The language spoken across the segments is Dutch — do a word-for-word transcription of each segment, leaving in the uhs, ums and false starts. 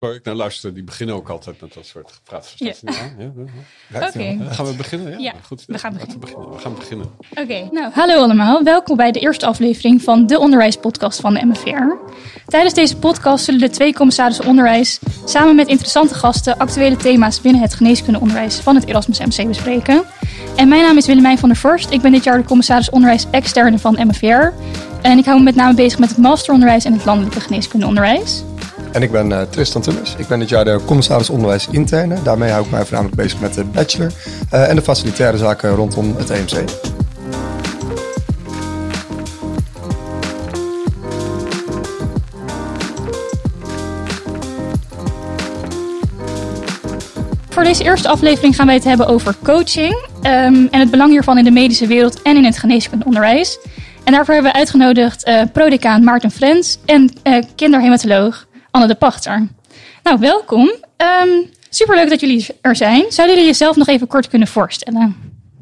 Waar ik naar luister, die beginnen ook altijd met dat soort gepraat. Ja. Ja. Ja, ja. Oké. Okay. Gaan we beginnen? Ja, ja goed. we gaan beginnen. We, beginnen. we gaan beginnen. Oké, okay. Nou, hallo allemaal. Welkom bij de eerste aflevering van de onderwijspodcast van de M F V R. Tijdens deze podcast zullen de twee commissarissen onderwijs samen met interessante gasten actuele thema's binnen het geneeskundeonderwijs van het Erasmus M C bespreken. En mijn naam is Willemijn van der Vorst. Ik ben dit jaar de commissaris onderwijs externe van M F V R. En ik hou me met name bezig met het masteronderwijs en het landelijke geneeskundeonderwijs. En ik ben uh, Tristan Tummers. Ik ben dit jaar de commissaris onderwijs interne. Daarmee hou ik mij voornamelijk bezig met de bachelor uh, en de facilitaire zaken rondom het E M C. Voor deze eerste aflevering gaan wij het hebben over coaching um, en het belang hiervan in de medische wereld en in het geneeskundeonderwijs. En daarvoor hebben we uitgenodigd uh, prodecaan Maarten Frens en uh, kinderhematoloog Anne de Pachter. Nou, welkom. Um, superleuk dat jullie er zijn. Zouden jullie jezelf nog even kort kunnen voorstellen?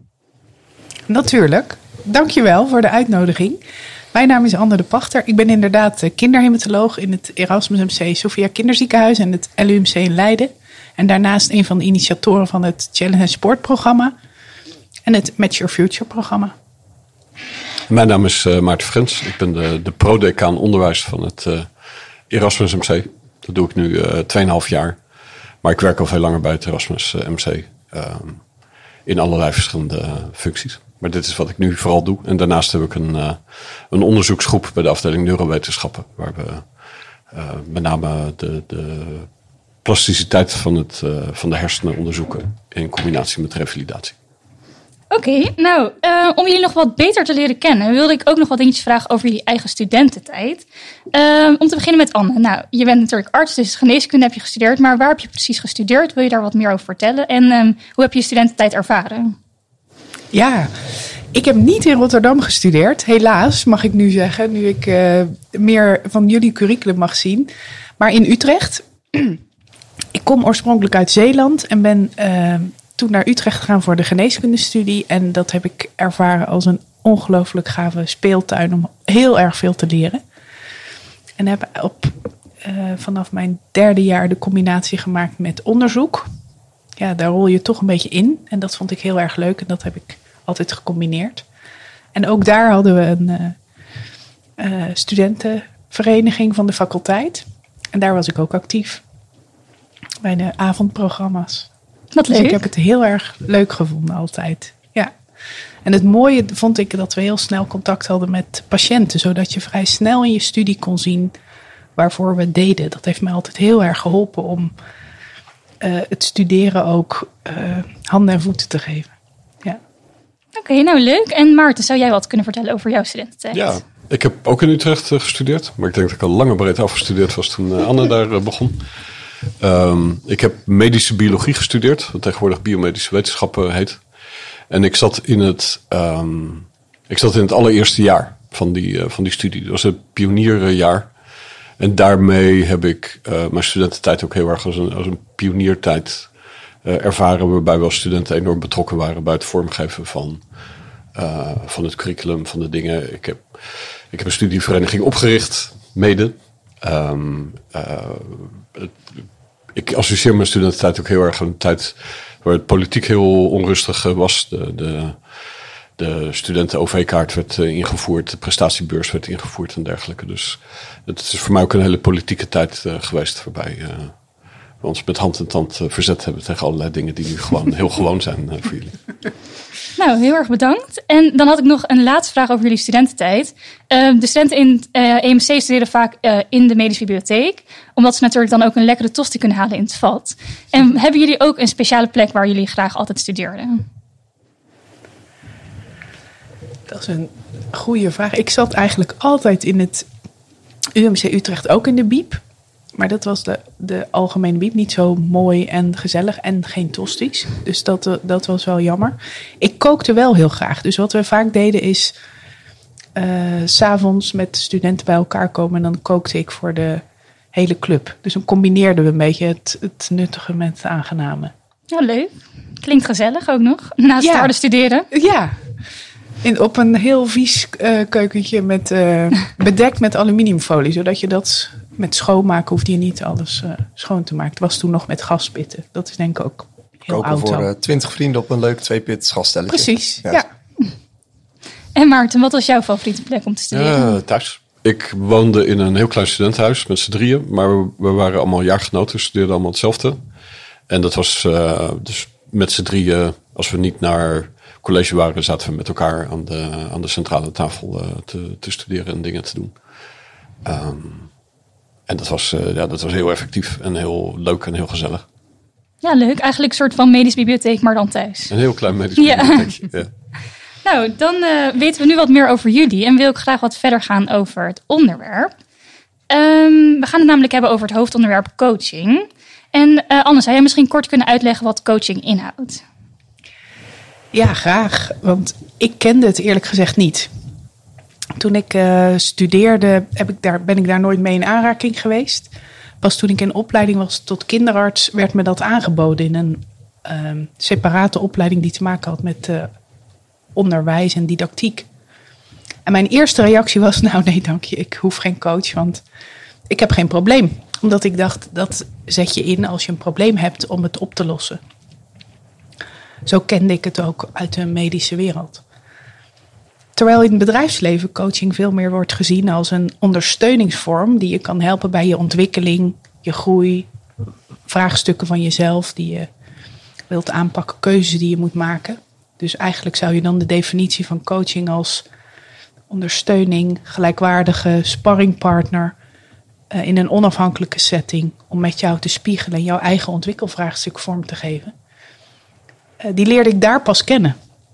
Natuurlijk. Dankjewel voor de uitnodiging. Mijn naam is Anne de Pachter. Ik ben inderdaad kinderhematoloog in het Erasmus M C Sophia Kinderziekenhuis en het L U M C in Leiden. En daarnaast een van de initiatoren van het Challenge en Sport programma en het Match Your Future programma. Mijn naam is uh, Maarten Frens. Ik ben de, de prodecaan onderwijs van het uh, Erasmus M C. Dat doe ik nu uh, twee komma vijf jaar. Maar ik werk al veel langer bij het Erasmus uh, M C. Uh, in allerlei verschillende uh, functies. Maar dit is wat ik nu vooral doe. En daarnaast heb ik een, uh, een onderzoeksgroep bij de afdeling neurowetenschappen. Waar we uh, met name de, de plasticiteit van, het, uh, van de hersenen onderzoeken. In combinatie met revalidatie. Oké, okay, nou, uh, om jullie nog wat beter te leren kennen, wilde ik ook nog wat dingetjes vragen over jullie eigen studententijd. Uh, om te beginnen met Anne. Nou, je bent natuurlijk arts, dus geneeskunde heb je gestudeerd, maar waar heb je precies gestudeerd? Wil je daar wat meer over vertellen? En um, hoe heb je je studententijd ervaren? Ja, ik heb niet in Rotterdam gestudeerd, helaas mag ik nu zeggen, nu ik uh, meer van jullie curriculum mag zien. Maar in Utrecht. Ik kom oorspronkelijk uit Zeeland en ben Uh, toen naar Utrecht gegaan voor de geneeskundestudie. En dat heb ik ervaren als een ongelooflijk gave speeltuin om heel erg veel te leren. En heb op, uh, vanaf mijn derde jaar de combinatie gemaakt met onderzoek. Ja, daar rol je toch een beetje in. En dat vond ik heel erg leuk en dat heb ik altijd gecombineerd. En ook daar hadden we een uh, uh, studentenvereniging van de faculteit. En daar was ik ook actief. Bij de avondprogramma's. Wat leuk. Dus ik heb het heel erg leuk gevonden altijd. Ja. En het mooie vond ik dat we heel snel contact hadden met patiënten. Zodat je vrij snel in je studie kon zien waarvoor we het deden. Dat heeft mij altijd heel erg geholpen om uh, het studeren ook uh, handen en voeten te geven. Ja. Oké, okay, nou leuk. En Maarten, zou jij wat kunnen vertellen over jouw studententijd? Ja, ik heb ook in Utrecht uh, gestudeerd. Maar ik denk dat ik al lange breed afgestudeerd was toen uh, Anne daar uh, begon. Um, ik heb medische biologie gestudeerd, wat tegenwoordig biomedische wetenschappen heet. En ik zat in het, um, ik zat in het allereerste jaar van die, uh, van die studie. Dat was het pionierjaar. En daarmee heb ik uh, mijn studententijd ook heel erg als een, als een pioniertijd uh, ervaren. Waarbij we als studenten enorm betrokken waren bij het vormgeven van, uh, van het curriculum, van de dingen. Ik heb, ik heb een studievereniging opgericht, mede. Um, uh, het, ik associeer mijn studententijd ook heel erg aan een tijd waar het politiek heel onrustig was. De, de, de studenten-O V-kaart werd uh, ingevoerd, de prestatiebeurs werd ingevoerd en dergelijke. Dus het is voor mij ook een hele politieke tijd uh, geweest waarbij uh, we ons met hand en tand uh, verzet hebben tegen allerlei dingen die nu gewoon heel gewoon zijn uh, voor jullie. Nou, heel erg bedankt. En dan had ik nog een laatste vraag over jullie studententijd. Uh, de studenten in het uh, E M C studeren vaak uh, in de medische bibliotheek. Omdat ze natuurlijk dan ook een lekkere tosti kunnen halen in het vat. En hebben jullie ook een speciale plek waar jullie graag altijd studeerden? Dat is een goede vraag. Ik zat eigenlijk altijd in het U M C Utrecht, ook in de biep. Maar dat was de, de algemene biep, niet zo mooi en gezellig en geen tosti's. Dus dat, dat was wel jammer. Ik kookte wel heel graag. Dus wat we vaak deden is uh, 's avonds met studenten bij elkaar komen. En dan kookte ik voor de hele club. Dus dan combineerden we een beetje het, het nuttige met het aangename. Ja, leuk. Klinkt gezellig ook nog. Naast ja. het harde studeren. Ja. In, op een heel vies uh, keukentje met, uh, bedekt met aluminiumfolie. Zodat je dat met schoonmaken hoefde je niet alles uh, schoon te maken. Het was toen nog met gaspitten. Dat is denk ik ook heel Koken oud. voor uh, twintig vrienden op een leuk twee-pit gasstelletje. Precies, ja. ja. En Maarten, wat was jouw favoriete plek om te studeren? Uh, thuis. Ik woonde in een heel klein studentenhuis met z'n drieën. Maar we, we waren allemaal jaargenoten. We studeerden allemaal hetzelfde. En dat was uh, dus met z'n drieën. Als we niet naar college waren, zaten we met elkaar aan de, aan de centrale tafel uh, te, te studeren en dingen te doen. Um, en dat was, uh, ja, dat was heel effectief en heel leuk en heel gezellig. Ja, leuk. Eigenlijk een soort van medische bibliotheek, maar dan thuis. Een heel klein medisch bibliotheekje. Ja. Nou, dan uh, weten we nu wat meer over jullie en wil ik graag wat verder gaan over het onderwerp. Um, we gaan het namelijk hebben over het hoofdonderwerp coaching. En uh, Anne, zou jij misschien kort kunnen uitleggen wat coaching inhoudt? Ja, graag. Want ik kende het eerlijk gezegd niet. Toen ik uh, studeerde, heb ik daar, ben ik daar nooit mee in aanraking geweest. Pas toen ik in opleiding was tot kinderarts, werd me dat aangeboden in een uh, separate opleiding die te maken had met uh, onderwijs en didactiek. En mijn eerste reactie was, nou nee dank je, ik hoef geen coach, want ik heb geen probleem. Omdat ik dacht, dat zet je in als je een probleem hebt om het op te lossen. Zo kende ik het ook uit de medische wereld. Terwijl in het bedrijfsleven coaching veel meer wordt gezien als een ondersteuningsvorm die je kan helpen bij je ontwikkeling, je groei, vraagstukken van jezelf die je wilt aanpakken, keuzes die je moet maken. Dus eigenlijk zou je dan de definitie van coaching als ondersteuning, gelijkwaardige sparringpartner uh, in een onafhankelijke setting om met jou te spiegelen en jouw eigen ontwikkelvraagstuk vorm te geven. Uh, die leerde ik daar pas kennen.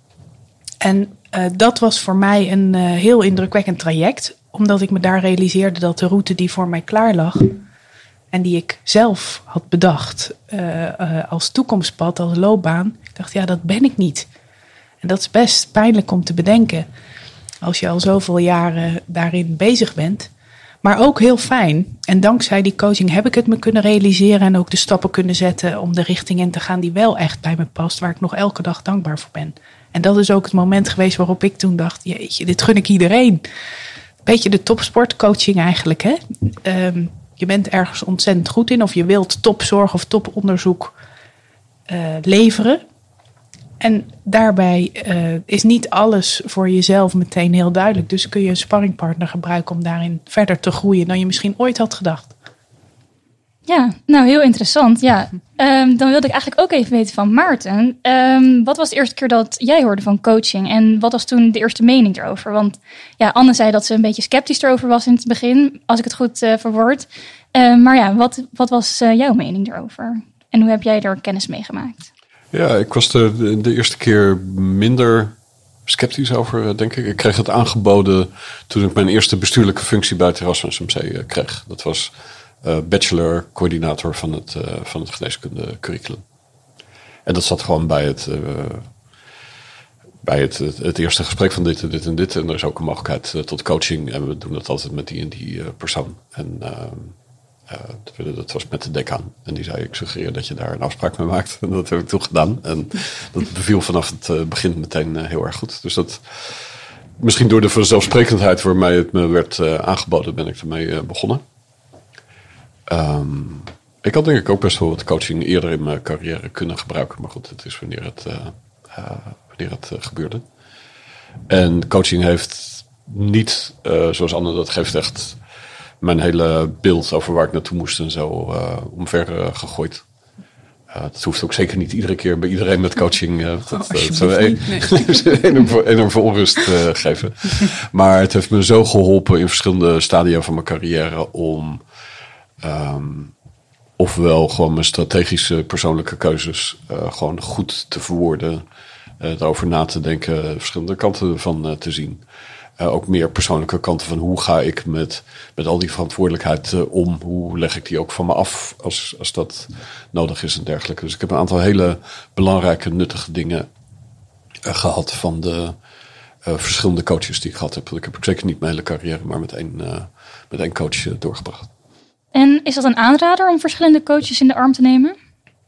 En uh, dat was voor mij een uh, heel indrukwekkend traject, omdat ik me daar realiseerde dat de route die voor mij klaar lag en die ik zelf had bedacht uh, uh, als toekomstpad, als loopbaan, ik dacht, ja, dat ben ik niet. En dat is best pijnlijk om te bedenken als je al zoveel jaren daarin bezig bent. Maar ook heel fijn. En dankzij die coaching heb ik het me kunnen realiseren en ook de stappen kunnen zetten om de richting in te gaan die wel echt bij me past, waar ik nog elke dag dankbaar voor ben. En dat is ook het moment geweest waarop ik toen dacht, jeetje, dit gun ik iedereen. Beetje de topsportcoaching eigenlijk, hè. Um, je bent ergens ontzettend goed in of je wilt topzorg of toponderzoek uh, leveren. En daarbij uh, is niet alles voor jezelf meteen heel duidelijk. Dus kun je een sparringpartner gebruiken om daarin verder te groeien dan je misschien ooit had gedacht. Ja, nou heel interessant. Ja, um, dan wilde ik eigenlijk ook even weten van Maarten. Um, wat was de eerste keer dat jij hoorde van coaching? En wat was toen de eerste mening erover? Want ja, Anne zei dat ze een beetje sceptisch erover was in het begin, als ik het goed uh, verwoord. Uh, maar ja, wat, wat was uh, jouw mening erover? En hoe heb jij er kennis mee gemaakt? Ja, ik was er de, de eerste keer minder sceptisch over, denk ik. Ik kreeg het aangeboden toen ik mijn eerste bestuurlijke functie bij het Erasmus M C kreeg. Dat was uh, bachelor-coördinator van het, uh, van het geneeskunde curriculum. En dat zat gewoon bij het, uh, bij het, het, het eerste gesprek van dit en dit en dit. En er is ook een mogelijkheid uh, tot coaching. En we doen dat altijd met die en die uh, persoon. En uh, Uh, dat was met de decaan. En die zei, ik suggereer dat je daar een afspraak mee maakt. En dat heb ik toen gedaan. En dat beviel vanaf het uh, begin meteen uh, heel erg goed. Dus dat, misschien door de vanzelfsprekendheid waarmee het me werd uh, aangeboden, ben ik ermee uh, begonnen. Um, ik had denk ik ook best wel wat coaching eerder in mijn carrière kunnen gebruiken. Maar goed, het is wanneer het, uh, uh, wanneer het uh, gebeurde. En coaching heeft niet, uh, zoals Anne dat geeft, echt mijn hele beeld over waar ik naartoe moest en zo uh, omver uh, gegooid. Uh, dat hoeft ook zeker niet iedere keer bij iedereen met coaching. Uh, dat oh, uh, zou een, nee. enorm, enorm veel onrust uh, geven. Maar het heeft me zo geholpen in verschillende stadia van mijn carrière om um, ofwel gewoon mijn strategische persoonlijke keuzes uh, gewoon goed te verwoorden. Uh, daarover na te denken, verschillende kanten ervan uh, te zien. Uh, ook meer persoonlijke kanten van hoe ga ik met, met al die verantwoordelijkheid uh, om. Hoe leg ik die ook van me af als, als dat nodig is en dergelijke. Dus ik heb een aantal hele belangrijke, nuttige dingen uh, gehad van de uh, verschillende coaches die ik gehad heb. Ik heb ook zeker niet mijn hele carrière, maar met één, uh, met één coach uh, doorgebracht. En is dat een aanrader om verschillende coaches in de arm te nemen?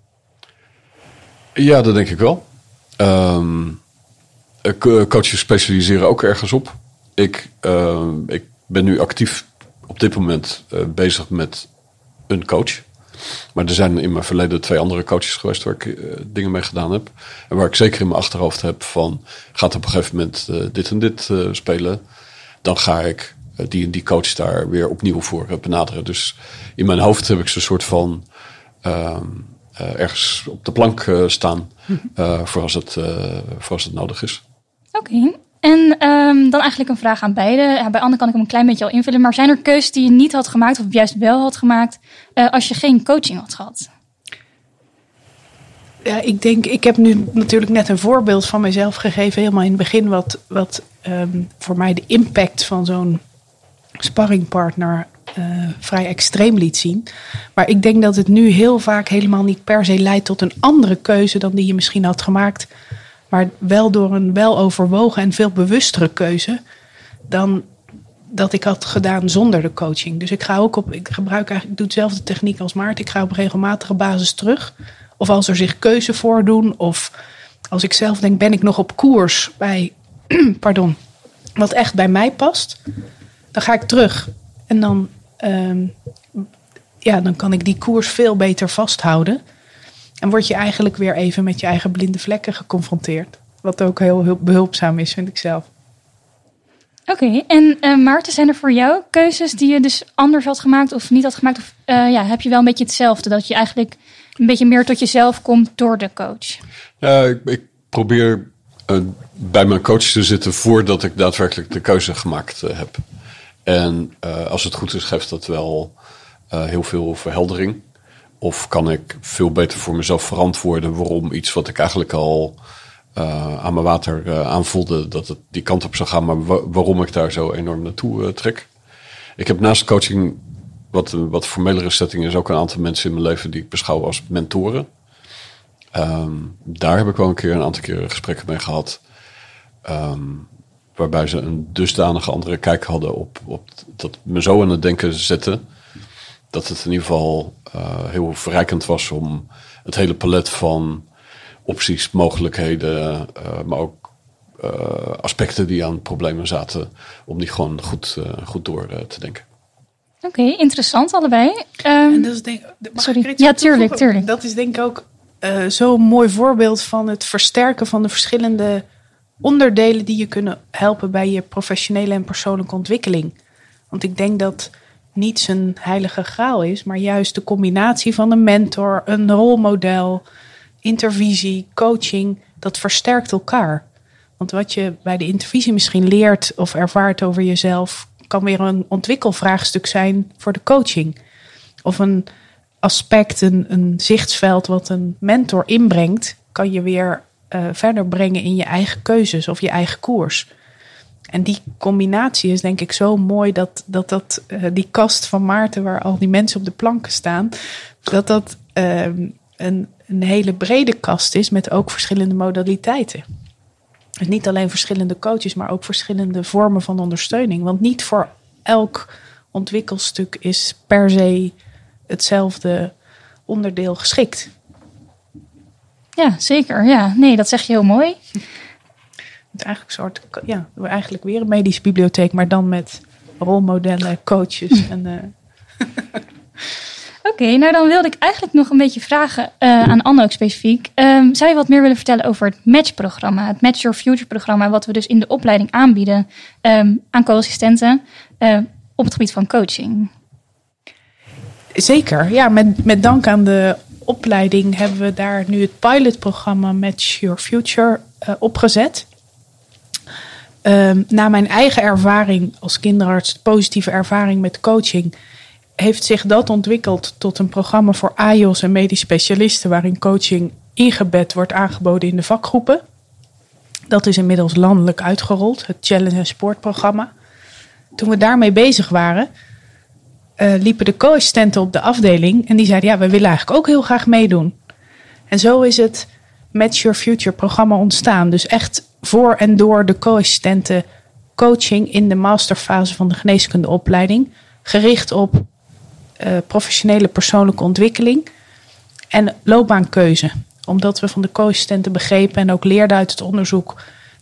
Ja, dat denk ik wel. Um, coaches specialiseren ook ergens op. Ik, uh, ik ben nu actief op dit moment uh, bezig met een coach. Maar er zijn in mijn verleden twee andere coaches geweest waar ik uh, dingen mee gedaan heb. En waar ik zeker in mijn achterhoofd heb van, gaat op een gegeven moment uh, dit en dit uh, spelen. Dan ga ik uh, die en die coach daar weer opnieuw voor uh, benaderen. Dus in mijn hoofd heb ik zo'n soort van uh, uh, ergens op de plank uh, staan. Uh, voor, als het, uh, voor als het nodig is. Oké. Okay. En um, dan eigenlijk een vraag aan beide. Ja, bij Anne kan ik hem een klein beetje al invullen. Maar zijn er keuzes die je niet had gemaakt of juist wel had gemaakt uh, als je geen coaching had gehad? Ja, ik denk, ik heb nu natuurlijk net een voorbeeld van mezelf gegeven. Helemaal in het begin wat, wat um, voor mij de impact van zo'n sparringpartner uh, vrij extreem liet zien. Maar ik denk dat het nu heel vaak helemaal niet per se leidt tot een andere keuze dan die je misschien had gemaakt. Maar wel door een weloverwogen en veel bewustere keuze dan dat ik had gedaan zonder de coaching. Dus ik ga ook op, ik gebruik eigenlijk, ik doe dezelfde techniek als Maarten. Ik ga op regelmatige basis terug. Of als er zich keuze voordoen. Of als ik zelf denk, ben ik nog op koers bij, pardon, wat echt bij mij past. Dan ga ik terug. En dan, um, ja, dan kan ik die koers veel beter vasthouden. En word je eigenlijk weer even met je eigen blinde vlekken geconfronteerd. Wat ook heel, heel behulpzaam is, vind ik zelf. Oké, okay, en uh, Maarten, zijn er voor jou keuzes die je dus anders had gemaakt of niet had gemaakt? Of uh, ja, heb je wel een beetje hetzelfde? Dat je eigenlijk een beetje meer tot jezelf komt door de coach? Ja, ik, ik probeer uh, bij mijn coach te zitten voordat ik daadwerkelijk de keuze gemaakt uh, heb. En uh, als het goed is, geeft dat wel uh, heel veel verheldering. Of kan ik veel beter voor mezelf verantwoorden waarom iets wat ik eigenlijk al uh, aan mijn water uh, aanvoelde, dat het die kant op zou gaan, maar wa- waarom ik daar zo enorm naartoe uh, trek. Ik heb naast coaching, wat een wat formelere setting is, ook een aantal mensen in mijn leven die ik beschouw als mentoren. Um, daar heb ik wel een keer een aantal keer gesprekken mee gehad. Um, waarbij ze een dusdanige andere kijk hadden op, op dat me zo aan het denken zette. Dat het in ieder geval uh, heel verrijkend was om het hele palet van opties, mogelijkheden, uh, maar ook uh, aspecten die aan problemen zaten, om die gewoon goed, uh, goed door uh, te denken. Oké, okay, interessant allebei. Um, en dat is denk, sorry. Ja, tuurlijk, tuurlijk. Dat is denk ik ook uh, zo'n mooi voorbeeld van het versterken van de verschillende onderdelen die je kunnen helpen bij je professionele en persoonlijke ontwikkeling. Want ik denk dat niets een heilige graal is, maar juist de combinatie van een mentor, een rolmodel, intervisie, coaching, dat versterkt elkaar. Want wat je bij de intervisie misschien leert of ervaart over jezelf, kan weer een ontwikkelvraagstuk zijn voor de coaching. Of een aspect, een, een zichtsveld wat een mentor inbrengt, kan je weer uh, verder brengen in je eigen keuzes of je eigen koers. En die combinatie is denk ik zo mooi dat, dat, dat uh, die kast van Maarten, waar al die mensen op de planken staan, dat dat uh, een, een hele brede kast is met ook verschillende modaliteiten. Dus niet alleen verschillende coaches, maar ook verschillende vormen van ondersteuning. Want niet voor elk ontwikkelstuk is per se hetzelfde onderdeel geschikt. Ja, zeker. Ja, nee, dat zeg je heel mooi. Het eigenlijk een soort, ja, eigenlijk weer een medische bibliotheek, maar dan met rolmodellen, coaches. en. Uh... Oké, okay, nou dan wilde ik eigenlijk nog een beetje vragen uh, aan Anne ook specifiek. Um, zou je wat meer willen vertellen over het match-programma, het Match Your Future-programma, wat we dus in de opleiding aanbieden um, aan co-assistenten uh, op het gebied van coaching? Zeker, ja, met, met dank aan de opleiding hebben we daar nu het pilotprogramma Match Your Future uh, opgezet. Um, na mijn eigen ervaring als kinderarts, positieve ervaring met coaching, heeft zich dat ontwikkeld tot een programma voor A J O's en medisch specialisten, waarin coaching ingebed wordt aangeboden in de vakgroepen. Dat is inmiddels landelijk uitgerold, het Challenge en Sportprogramma. Toen we daarmee bezig waren, uh, liepen de co-assistenten op de afdeling en die zeiden, ja, we willen eigenlijk ook heel graag meedoen. En zo is het Match Your Future programma ontstaan. Dus echt voor en door de co-assistenten coaching in de masterfase van de geneeskundeopleiding, gericht op uh, professionele persoonlijke ontwikkeling en loopbaankeuze. Omdat we van de co-assistenten begrepen en ook leerden uit het onderzoek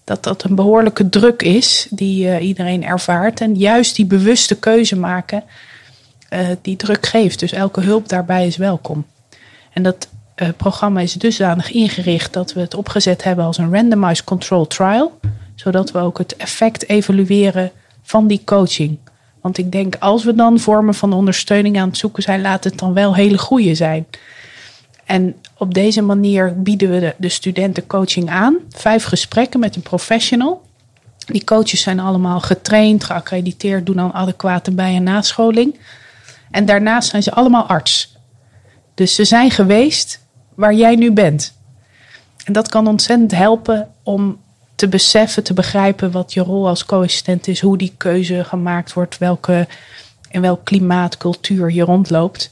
dat dat een behoorlijke druk is die uh, iedereen ervaart. En juist die bewuste keuze maken uh, die druk geeft. Dus elke hulp daarbij is welkom. En dat uh, programma is dusdanig ingericht dat we het opgezet hebben als een randomized control trial. Zodat we ook het effect evalueren van die coaching. Want ik denk, als we dan vormen van ondersteuning aan het zoeken zijn, laat het dan wel hele goede zijn. En op deze manier bieden we de, de studenten coaching aan. Vijf gesprekken met een professional. Die coaches zijn allemaal getraind, geaccrediteerd, doen dan adequate bij- en nascholing. En daarnaast zijn ze allemaal arts. Dus ze zijn geweest waar jij nu bent. En dat kan ontzettend helpen om te beseffen, te begrijpen wat je rol als co-assistent is. Hoe die keuze gemaakt wordt, welke, in welk klimaat, cultuur je rondloopt.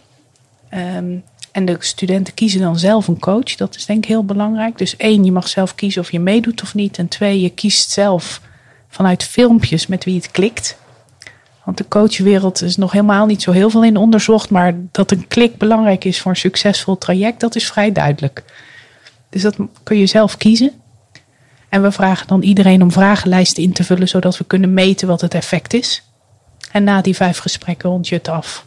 Um, en de studenten kiezen dan zelf een coach. Dat is denk ik heel belangrijk. Dus één, je mag zelf kiezen of je meedoet of niet. En twee, je kiest zelf vanuit filmpjes met wie het klikt. Want de coachwereld is nog helemaal niet zo heel veel in onderzocht. Maar dat een klik belangrijk is voor een succesvol traject, dat is vrij duidelijk. Dus dat kun je zelf kiezen. En we vragen dan iedereen om vragenlijsten in te vullen, zodat we kunnen meten wat het effect is. En na die vijf gesprekken rond je het af.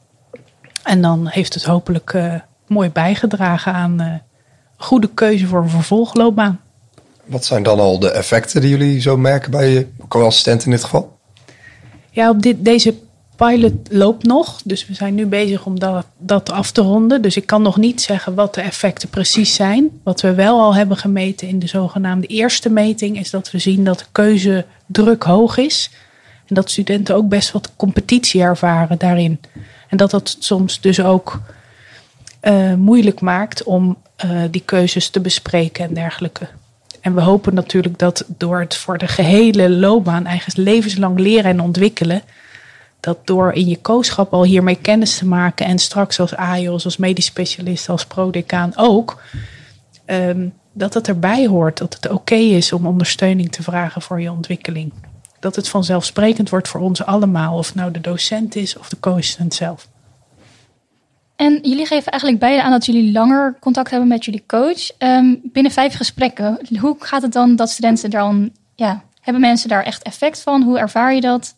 En dan heeft het hopelijk uh, mooi bijgedragen aan uh, een goede keuze voor een vervolgloopbaan. Wat zijn dan al de effecten die jullie zo merken bij je co-assistent in dit geval? Ja, op dit, deze pilot loopt nog. Dus we zijn nu bezig om dat, dat af te ronden. Dus ik kan nog niet zeggen wat de effecten precies zijn. Wat we wel al hebben gemeten in de zogenaamde eerste meting is dat we zien dat de keuzedruk hoog is. En dat studenten ook best wat competitie ervaren daarin. En dat dat soms dus ook uh, moeilijk maakt om uh, die keuzes te bespreken en dergelijke. En we hopen natuurlijk dat door het voor de gehele loopbaan, eigenlijk levenslang leren en ontwikkelen, dat door in je co-schap al hiermee kennis te maken en straks als A J O S, als medisch specialist, als prodecaan ook, um, dat het erbij hoort. Dat het oké okay is om ondersteuning te vragen voor je ontwikkeling. Dat het vanzelfsprekend wordt voor ons allemaal, of het nou de docent is of de co-assistent zelf. En jullie geven eigenlijk beide aan dat jullie langer contact hebben met jullie coach. Um, binnen vijf gesprekken, hoe gaat het dan dat studenten dan, ja, hebben mensen daar echt effect van? Hoe ervaar je dat?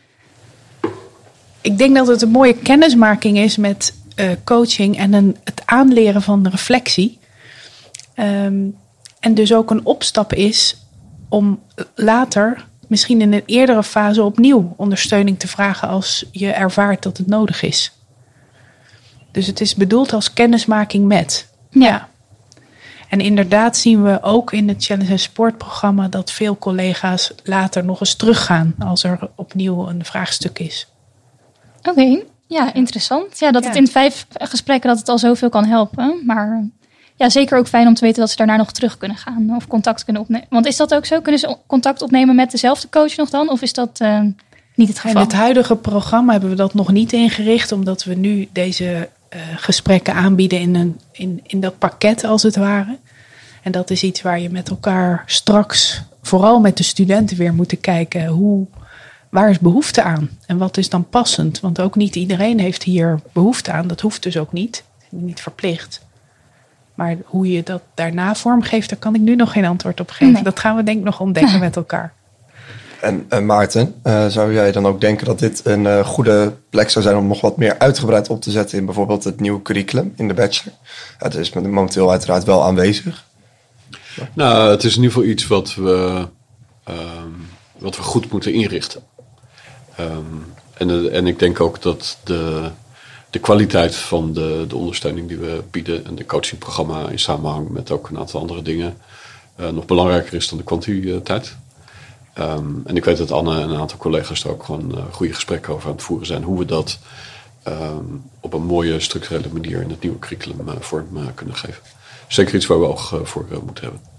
Ik denk dat het een mooie kennismaking is met uh, coaching en een, het aanleren van de reflectie. Um, en dus ook een opstap is om later, misschien in een eerdere fase, opnieuw ondersteuning te vragen als je ervaart dat het nodig is. Dus het is bedoeld als kennismaking met. Ja. En inderdaad zien we ook in het Challenge en Support programma dat veel collega's later nog eens teruggaan als er opnieuw een vraagstuk is. Oké, okay. Ja, interessant. Ja, dat ja. het in vijf gesprekken dat het al zoveel kan helpen. Maar ja, zeker ook fijn om te weten dat ze daarna nog terug kunnen gaan of contact kunnen opnemen. Want is dat ook zo? Kunnen ze contact opnemen met dezelfde coach nog dan? Of is dat uh, niet het geval? In het huidige programma hebben we dat nog niet ingericht, omdat we nu deze uh, gesprekken aanbieden in, een, in, in dat pakket als het ware. En dat is iets waar je met elkaar straks, vooral met de studenten weer moeten kijken, hoe, waar is behoefte aan? En wat is dan passend? Want ook niet iedereen heeft hier behoefte aan. Dat hoeft dus ook niet. Niet verplicht. Maar hoe je dat daarna vormgeeft, daar kan ik nu nog geen antwoord op geven. Nee. Dat gaan we denk ik nog ontdekken met elkaar. En uh, Maarten, uh, zou jij dan ook denken dat dit een uh, goede plek zou zijn om nog wat meer uitgebreid op te zetten in bijvoorbeeld het nieuwe curriculum in de bachelor? Het is momenteel uiteraard wel aanwezig. Nou, het is in ieder geval iets wat we, um, wat we goed moeten inrichten. Um, en, en ik denk ook dat de, de kwaliteit van de, de ondersteuning die we bieden en de coachingprogramma in samenhang met ook een aantal andere dingen uh, nog belangrijker is dan de kwantiteit. Um, en ik weet dat Anne en een aantal collega's er ook gewoon uh, goede gesprekken over aan het voeren zijn. Hoe we dat um, op een mooie structurele manier in het nieuwe curriculum uh, vorm uh, kunnen geven. Zeker iets waar we oog uh, voor uh, moeten hebben.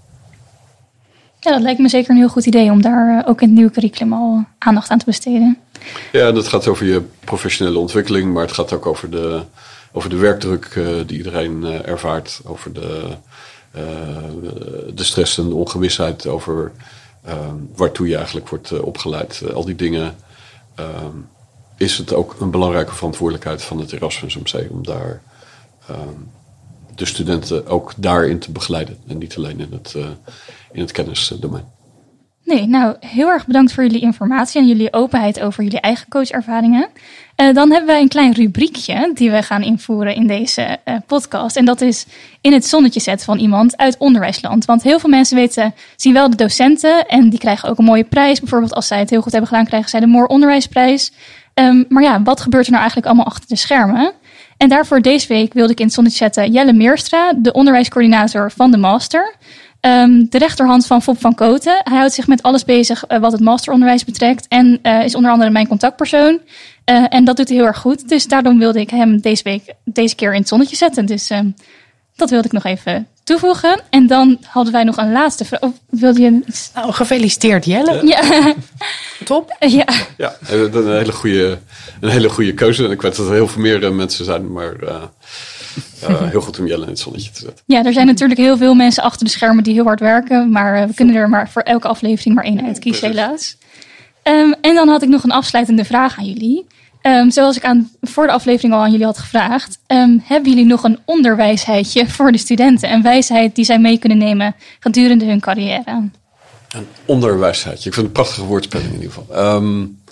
Ja, dat lijkt me zeker een heel goed idee om daar uh, ook in het nieuwe curriculum al aandacht aan te besteden. Ja, dat gaat over je professionele ontwikkeling, maar het gaat ook over de, over de werkdruk uh, die iedereen uh, ervaart. Over de, uh, de stress en de ongewisheid, over uh, waartoe je eigenlijk wordt uh, opgeleid. Uh, al die dingen uh, is het ook een belangrijke verantwoordelijkheid van het Erasmus M C om daar uh, de studenten ook daarin te begeleiden. En niet alleen in het, uh, in het kennisdomein. Nee, nou, heel erg bedankt voor jullie informatie en jullie openheid over jullie eigen coachervaringen. Uh, dan hebben wij een klein rubriekje die we gaan invoeren in deze uh, podcast. En dat is in het zonnetje zetten van iemand uit onderwijsland. Want heel veel mensen weten, zien wel de docenten en die krijgen ook een mooie prijs. Bijvoorbeeld als zij het heel goed hebben gedaan, krijgen zij de Moor Onderwijsprijs. Um, maar ja, wat gebeurt er nou eigenlijk allemaal achter de schermen? En daarvoor deze week wilde ik in het zonnetje zetten Jelle Meerstra, de onderwijscoördinator van de master. Um, de rechterhand van Fop van Koten. Hij houdt zich met alles bezig uh, wat het masteronderwijs betrekt. En uh, is onder andere mijn contactpersoon. Uh, en dat doet hij heel erg goed. Dus daarom wilde ik hem deze week, deze keer in het zonnetje zetten. Dus uh, dat wilde ik nog even toevoegen. En dan hadden wij nog een laatste vraag. Of wilde je... Nou, gefeliciteerd Jelle. Ja. ja. Top. Ja. Ja, een hele goede, een hele goede keuze. En ik weet dat er heel veel meer uh, mensen zijn, maar... Uh... Uh, heel goed om Jelle in het zonnetje te zetten. Ja, er zijn natuurlijk heel veel mensen achter de schermen die heel hard werken. Maar uh, we kunnen er maar voor elke aflevering maar één uitkiezen, helaas. Um, en dan had ik nog een afsluitende vraag aan jullie. Um, zoals ik aan, voor de aflevering al aan jullie had gevraagd. Um, hebben jullie nog een onderwijsheidje voor de studenten? Een wijsheid die zij mee kunnen nemen gedurende hun carrière? Een onderwijsheidje. Ik vind het een prachtige woordspeling in ieder geval. Um,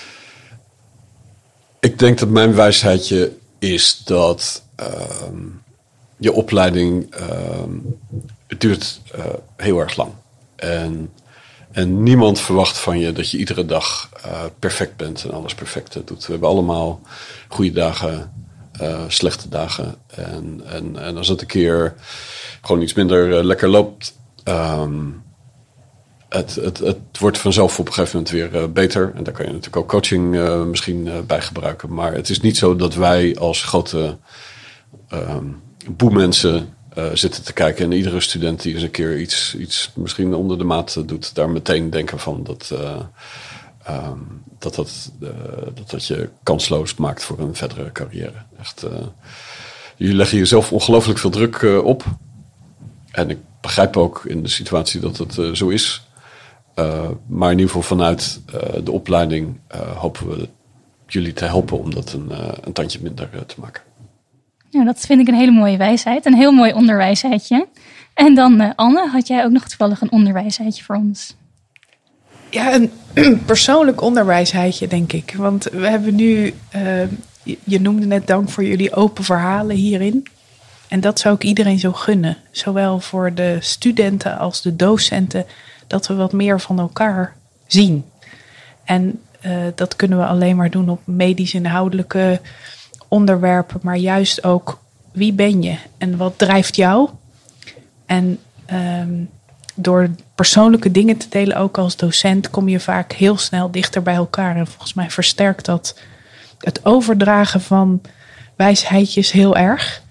ik denk dat mijn wijsheidje is dat... Uh, je opleiding uh, het duurt uh, heel erg lang. En, en niemand verwacht van je dat je iedere dag uh, perfect bent en alles perfect doet. We hebben allemaal goede dagen, uh, slechte dagen. En, en, en als het een keer gewoon iets minder uh, lekker loopt... Um, Het, het, het wordt vanzelf op een gegeven moment weer uh, beter. En daar kan je natuurlijk ook coaching uh, misschien uh, bij gebruiken. Maar het is niet zo dat wij als grote um, boemensen uh, zitten te kijken. En iedere student die eens een keer iets, iets misschien onder de maat doet... daar meteen denken van dat uh, um, dat, dat, uh, dat dat je kansloos maakt voor een verdere carrière. Echt, uh, jullie leggen jezelf ongelooflijk veel druk uh, op. En ik begrijp ook in de situatie dat het uh, zo is... Uh, maar in ieder geval vanuit uh, de opleiding uh, hopen we jullie te helpen om dat een, uh, een tandje minder uh, te maken. Nou, dat vind ik een hele mooie wijsheid. Een heel mooi onderwijsheidje. En dan uh, Anne, had jij ook nog toevallig een onderwijsheidje voor ons? Ja, een persoonlijk onderwijsheidje denk ik. Want we hebben nu, uh, je, je noemde net dank voor jullie open verhalen hierin. En dat zou ik iedereen zo gunnen. Zowel voor de studenten als de docenten... dat we wat meer van elkaar zien. En uh, dat kunnen we alleen maar doen op medisch inhoudelijke onderwerpen. Maar juist ook, wie ben je? En wat drijft jou? En um, door persoonlijke dingen te delen, ook als docent... kom je vaak heel snel dichter bij elkaar. En volgens mij versterkt dat het overdragen van wijsheidjes heel erg.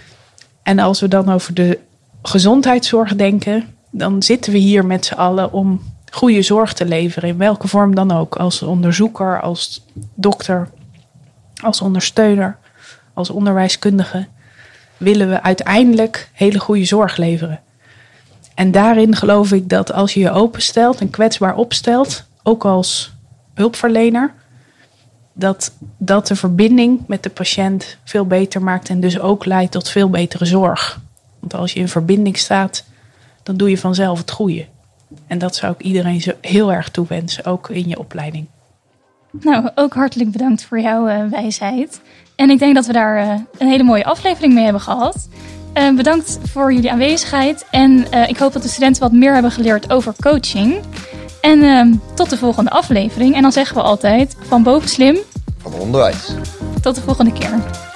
En als we dan over de gezondheidszorg denken... dan zitten we hier met z'n allen om goede zorg te leveren. In welke vorm dan ook. Als onderzoeker, als dokter, als ondersteuner, als onderwijskundige... willen we uiteindelijk hele goede zorg leveren. En daarin geloof ik dat als je je openstelt en kwetsbaar opstelt... ook als hulpverlener... dat dat de verbinding met de patiënt veel beter maakt... en dus ook leidt tot veel betere zorg. Want als je in verbinding staat... dan doe je vanzelf het goede. En dat zou ik iedereen zo heel erg toewensen, ook in je opleiding. Nou, ook hartelijk bedankt voor jouw uh, wijsheid. En ik denk dat we daar uh, een hele mooie aflevering mee hebben gehad. Uh, bedankt voor jullie aanwezigheid. En uh, ik hoop dat de studenten wat meer hebben geleerd over coaching. En uh, tot de volgende aflevering. En dan zeggen we altijd, van boven slim... van onderwijs. Tot de volgende keer.